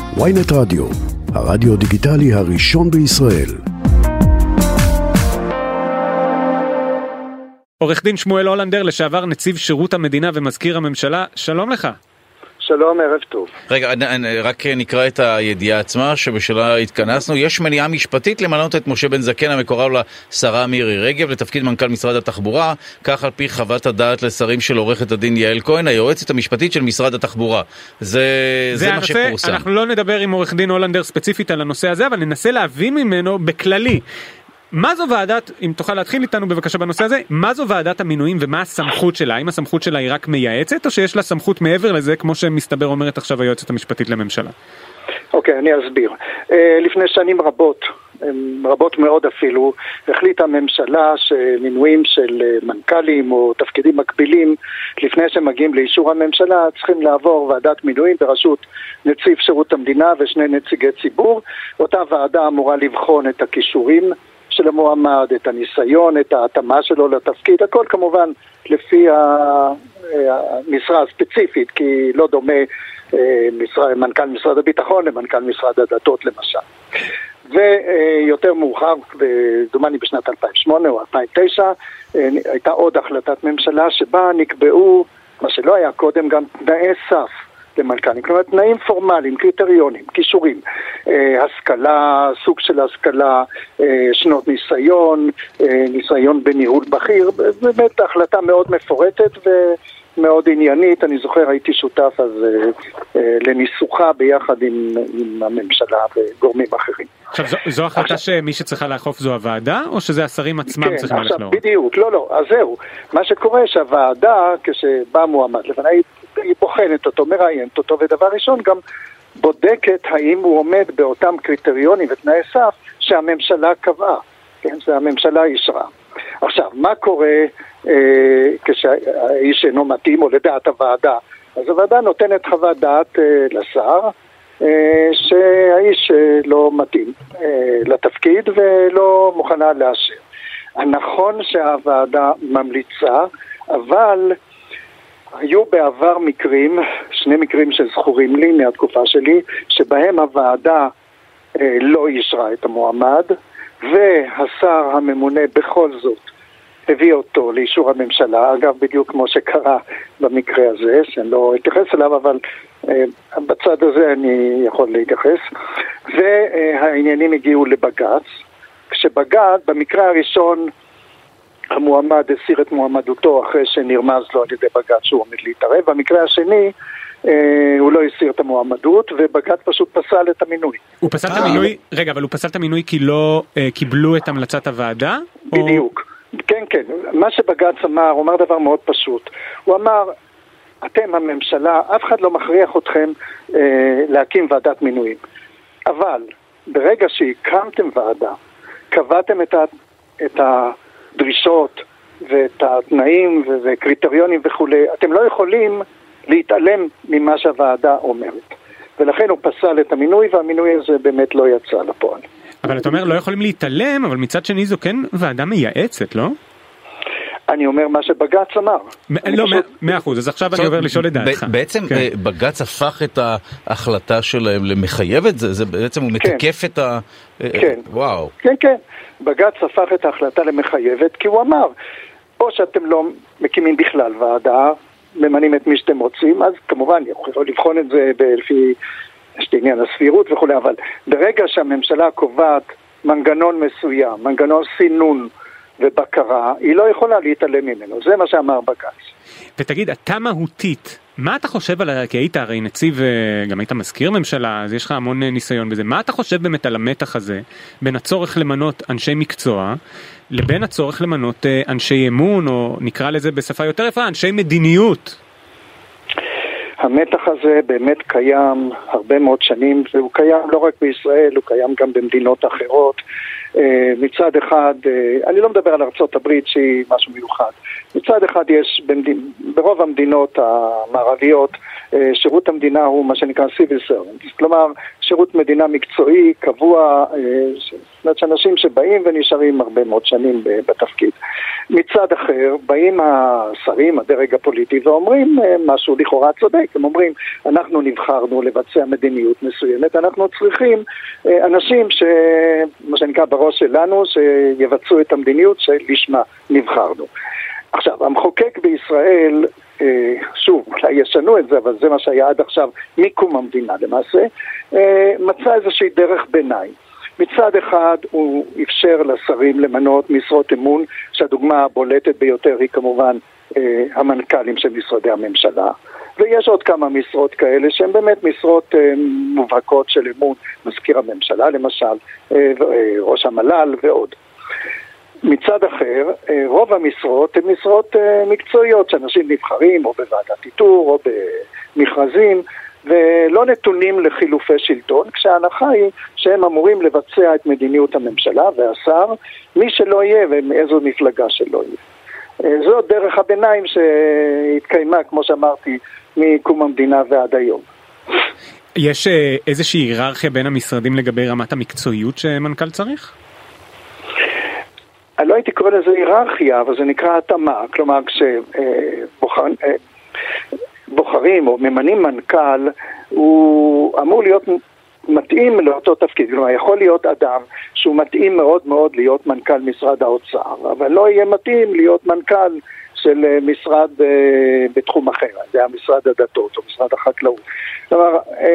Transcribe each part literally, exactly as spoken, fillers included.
וויינט רדיו, הרדיו דיגיטלי הראשון בישראל. עורך דין שמואל הולנדר, לשעבר נציב שירות המדינה ומזכיר הממשלה, שלום לך. שלום, ערב טוב. רגע, רק נקרא את הידיעה עצמה שבשלה התכנסנו. יש מניעה משפטית למנות את משה בן זקן המקורב לשרה מירי רגב לתפקיד מנכ"ל משרד התחבורה, כך על פי חוות הדעת לשרים של עורכת הדין יעל כהן, היועצת המשפטית של משרד התחבורה. זה, זה, זה מה שפורסם. אנחנו לא נדבר עם עורך דין הולנדר ספציפית על הנושא הזה, אבל ננסה להבין ממנו בכללי. מה זו ועדת, אם תוכל להתחיל איתנו בבקשה בנושא הזה, מה זו ועדת המינויים ומה הסמכות שלה? האם הסמכות שלה היא רק מייעצת או שיש לה סמכות מעבר לזה, כמו שמסתבר אומרת עכשיו היועצת המשפטית לממשלה? אוקיי, אני אסביר. לפני שנים רבות, רבות מאוד אפילו, החליטה הממשלה שמינויים של מנכ"לים או תפקידים מקבילים, לפני שמגיעים לאישור הממשלה, צריכים לעבור ועדת מינויים בראשות נציב שירות המדינה ושני נציגי ציבור. אותה ועדה אמורה לבחון את הכישורים של המועמד, את הניסיון, את ההתאמה שלו לתפקיד, הכל כמובן לפי המשרה הספציפית, כי לא דומה מנכ"ל משרד הביטחון למנכ"ל משרד הדתות למשל. ויותר מאוחר, דומני בשנת אלפיים ושמונה או אלפיים ותשע, הייתה עוד החלטת ממשלה שבה נקבעו, מה שלא היה קודם, גם תנאי סף למנכ"לים, כלומר תנאים פורמליים, קריטריונים, כישורים, אה, השכלה, סוג של השכלה, אה, שנות ניסיון, אה, ניסיון בניהול בכיר, באמת החלטה מאוד מפורטת ומאוד עניינית. אני זוכר הייתי שותף אז אה, אה, לניסוחה ביחד עם, עם הממשלה וגורמים אחרים. עכשיו זו, זו החלטה עכשיו, שמי שצריכה לאכוף זו הוועדה או שזה השרים עצמם כן, צריכים ללכת לאור? בדיוק, לא לא, אז זהו, מה שקורה שהוועדה כשבא מועמד לפני היא בוחנת אותו, מראיינת אותו, ודבר ראשון גם בודקת האם הוא עומד באותם קריטריונים ותנאי סף שהממשלה קבעה, כן? שהממשלה אישרה. עכשיו, מה קורה אה, כשהאיש אינו מתאים או לדעת הוועדה? אז הוועדה נותנת חוות דעת אה, לשר אה, שהאיש אה, לא מתאים אה, לתפקיד ולא מוכנה לאשר. הנכון שהוועדה ממליצה, אבל היו בעבר מקרים, שני מקרים שזכורים לי מהתקופה שלי, שבהם הוועדה אה, לא אישרה את המועמד, והשר הממונה בכל זאת הביא אותו לאישור הממשלה, אגב בדיוק כמו שקרה במקרה הזה, שאני לא אתייחס אליו, אבל אה, בצד הזה אני יכול להתייחס, והעניינים הגיעו לבג"ץ, כשבג"ץ במקרה הראשון, המועמד הסיר את מועמדותו אחרי שנרמז לו על ידי בג"ץ שהוא עומד להתערב. במקרה השני, אה, הוא לא הסיר את המועמדות, ובג"ץ פשוט פסל את המינוי. הוא פסל את המינוי, רגע, אבל הוא פסל את המינוי כי לא אה, קיבלו את המלצת הוועדה? בדיוק. או... כן, כן. מה שבג"ץ אמר, הוא אמר דבר מאוד פשוט. הוא אמר, אתם הממשלה, אף אחד לא מכריח אתכם אה, להקים ועדת מינויים. אבל ברגע שהקמתם ועדה, קבעתם את ה... את ה דרישות ואת התנאים וקריטריונים וכו', אתם לא יכולים להתעלם ממה שהוועדה אומרת. ולכן הוא פסל את המינוי, והמינוי הזה באמת לא יצא לפועל. אבל אתה אומר, לא יכולים להתעלם, אבל מצד שני זו כן ועדה מייעצת, לא? אני אומר מה שבג"ץ אמר. לא, מאה אחוז, אז עכשיו אני עובר לשאול את דעתך. בעצם בג"ץ הפך את ההחלטה שלהם למחייבת? זה בעצם הוא מתקף את ה... כן. וואו. כן, כן. בג"ץ הפך את ההחלטה למחייבת, כי הוא אמר, או שאתם לא מקימים בכלל ועדה, ממנים את מי שאתם רוצים, אז כמובן יכולו לבחון את זה לפי עניין הסבירות וכו', אבל ברגע שהממשלה קובעת מנגנון מסוים, מנגנון סינון ובקרה, היא לא יכולה להתעלם ממנו. זה מה שאמר בג"ץ. ותגיד, אתה מהותית, מה אתה חושב על, כי היית הרי נציב, גם היית מזכיר ממשלה, אז יש לך המון ניסיון בזה, מה אתה חושב באמת על המתח הזה, בין הצורך למנות אנשי מקצוע, לבין הצורך למנות אנשי אמון, או נקרא לזה בשפה יותר יפה, אנשי מדיניות? המתח הזה באמת קיים הרבה מאוד שנים, והוא קיים לא רק בישראל, הוא קיים גם במדינות אחרות. מצד אחד, אני לא מדבר על ארצות הברית שהיא משהו מיוחד, מצד אחד יש במדינ... ברוב המדינות המערביות, שירות המדינה הוא מה שנקרא civil servant, כלומר שירות מדינה מקצועי, קבוע, זאת אומרת שאנשים שבאים ונשארים הרבה מאוד שנים בתפקיד. מצד אחר, באים השרים, הדרג הפוליטי, ואומרים משהו לכאורה צודק. הם אומרים, אנחנו נבחרנו לבצע מדיניות מסוימת, אנחנו צריכים אנשים ש... מה שנקרא בראש שלנו, שיבצעו את המדיניות שלשמה נבחרנו. עכשיו, המחוקק בישראל, שוב, אולי ישנו את זה, אבל זה מה שהיה עד עכשיו מקום המדינה למעשה, מצא איזושהי דרך ביניים. מצד אחד הוא אפשר לשרים למנות משרות אמון, שהדוגמה הבולטת ביותר היא כמובן המנכ"לים של משרדי הממשלה. ויש עוד כמה משרות כאלה שהן באמת משרות מובהקות של אמון, מזכיר הממשלה למשל, ראש המל"ל ועוד. מצד אחר, רוב המשרות הן משרות מקצועיות שאנשים נבחרים או בוועדת איתור או במכרזים ולא נתונים לחילופי שלטון, כשההנחה היא שהם אמורים לבצע את מדיניות הממשלה והשר, מי שלא יהיה ומאיזו מפלגה שלא יהיה. זו דרך הביניים שהתקיימה, כמו שאמרתי, מקום המדינה ועד היום. יש איזושהי היררכיה בין המשרדים לגבי רמת המקצועיות שמנכ"ל צריך? אני לא הייתי קורא לזה היררכיה, אבל זה נקרא התאמה. כלומר, כשבוחרים או ממנים מנכ"ל, הוא אמור להיות מתאים לאותו תפקיד. כלומר, יכול להיות אדם שהוא מתאים מאוד מאוד להיות מנכ"ל משרד האוצר, אבל לא יהיה מתאים להיות מנכ"ל של משרד בתחום אחר. זה היה משרד הדתות או משרד החקלאות. כלומר,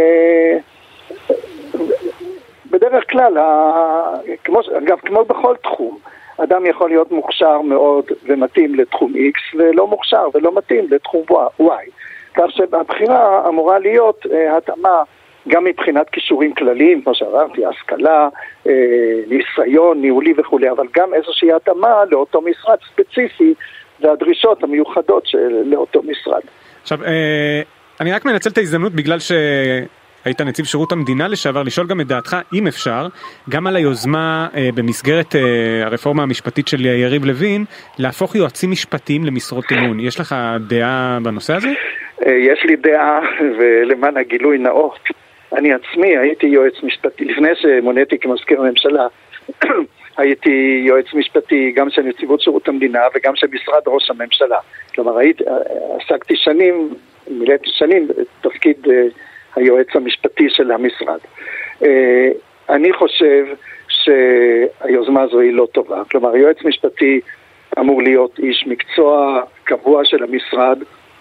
בדרך כלל, אגב, כמו בכל תחום, אדם יכול להיות מוכשר מאוד ומתאים לתחום X, ולא מוכשר ולא מתאים לתחום Y. כך שהבחירה אמורה להיות התאמה גם מבחינת כישורים כלליים, כמו שאמרתי, השכלה, ניסיון, ניהולי וכו', אבל גם איזושהי התאמה לאותו משרד ספציפי, והדרישות המיוחדות לאותו משרד. עכשיו, אני רק מנצל את ההזדמנות בגלל ש... היית נציב שירות המדינה לשעבר, לשאול גם את דעתך, אם אפשר, גם על היוזמה אה, במסגרת אה, הרפורמה המשפטית של יריב לוין, להפוך יועצים משפטיים למשרות אמון. יש לך דעה בנושא הזה? יש לי דעה, ולמען הגילוי נאות, אני עצמי הייתי יועץ משפטי, לפני שמוניתי כמזכיר הממשלה, הייתי יועץ משפטי גם של נציבות שירות המדינה וגם של משרד ראש הממשלה. כלומר, הייתי, עסקתי שנים, מילאתי שנים, תפקיד היועץ המשפטי של המשרד. אני חושב שהיוזמה הזו היא לא טובה. כלומר, היועץ משפטי אמור להיות איש מקצוע קבוע של המשרד.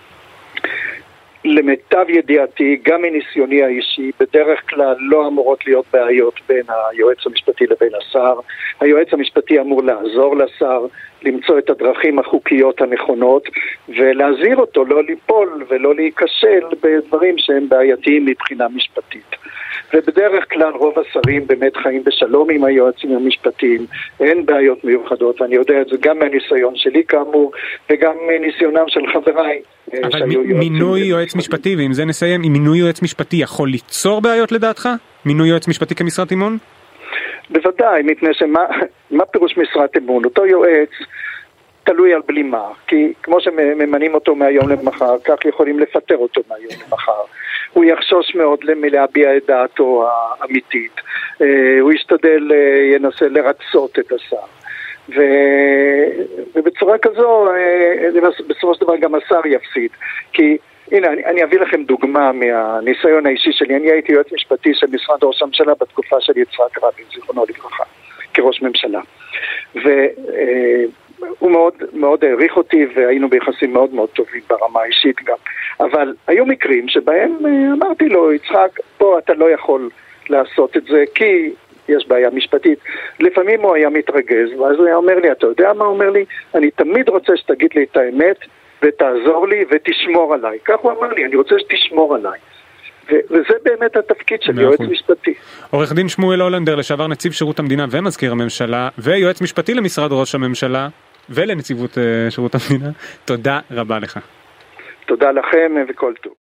למיטב ידיעתי, גם מניסיוני האישי, בדרך כלל לא אמורות להיות בעיות בין היועץ המשפטי לבין השר. היועץ המשפטי אמור לעזור לשר, למצוא את הדרכים החוקיות הנכונות, ולהזהיר אותו לא ליפול ולא להיכשל בדברים שהם בעייתיים מבחינה משפטית. ובדרך כלל רוב השרים באמת חיים בשלום עם היועצים המשפטיים, אין בעיות מיוחדות, ואני יודע את זה גם מהניסיון שלי כאמור, וגם מניסיונם של חבריי. אבל מינוי יועץ משפטי, ועם זה נסיים, אם מינוי יועץ משפטי יכול ליצור בעיות לדעתך? מינוי יועץ משפטי כמשרת אמון? בוודאי, מפני שמה מה פירוש משרת אמון? אותו יועץ תלוי על בלימה, כי כמו שממנים אותו מהיום למחר, כך יכולים לפטר אותו מהיום למחר. הוא יחשוש מאוד להביע את דעתו האמיתית, הוא ישתדל, ינסה לרצות את השר. ו... ובצורה כזו, בסופו של דבר גם השר יפסיד. כי, הנה, אני, אני אביא לכם דוגמה מהניסיון האישי שלי. אני הייתי יועץ משפטי של משרד ראש הממשלה בתקופה של יצחק רבין, זיכרונו לברכה, כראש ממשלה. והוא מאוד, מאוד העריך אותי, והיינו ביחסים מאוד מאוד טובים ברמה האישית גם. אבל היו מקרים שבהם אמרתי לו, יצחק, פה אתה לא יכול לעשות את זה, כי יש בעיה משפטית. לפעמים הוא היה מתרגז, ואז הוא היה אומר לי, אתה יודע מה הוא אומר לי? אני תמיד רוצה שתגיד לי את האמת, ותעזור לי ותשמור עליי. כך הוא אמר לי, אני רוצה שתשמור עליי. ו- וזה באמת התפקיד של יועץ משפטי. עורך דין שמואל הולנדר, לשעבר נציב שירות המדינה ומזכיר הממשלה, ויועץ משפטי למשרד ראש הממשלה, ולנציבות שירות המדינה, תודה רבה לך. תודה לכם וכל טוב.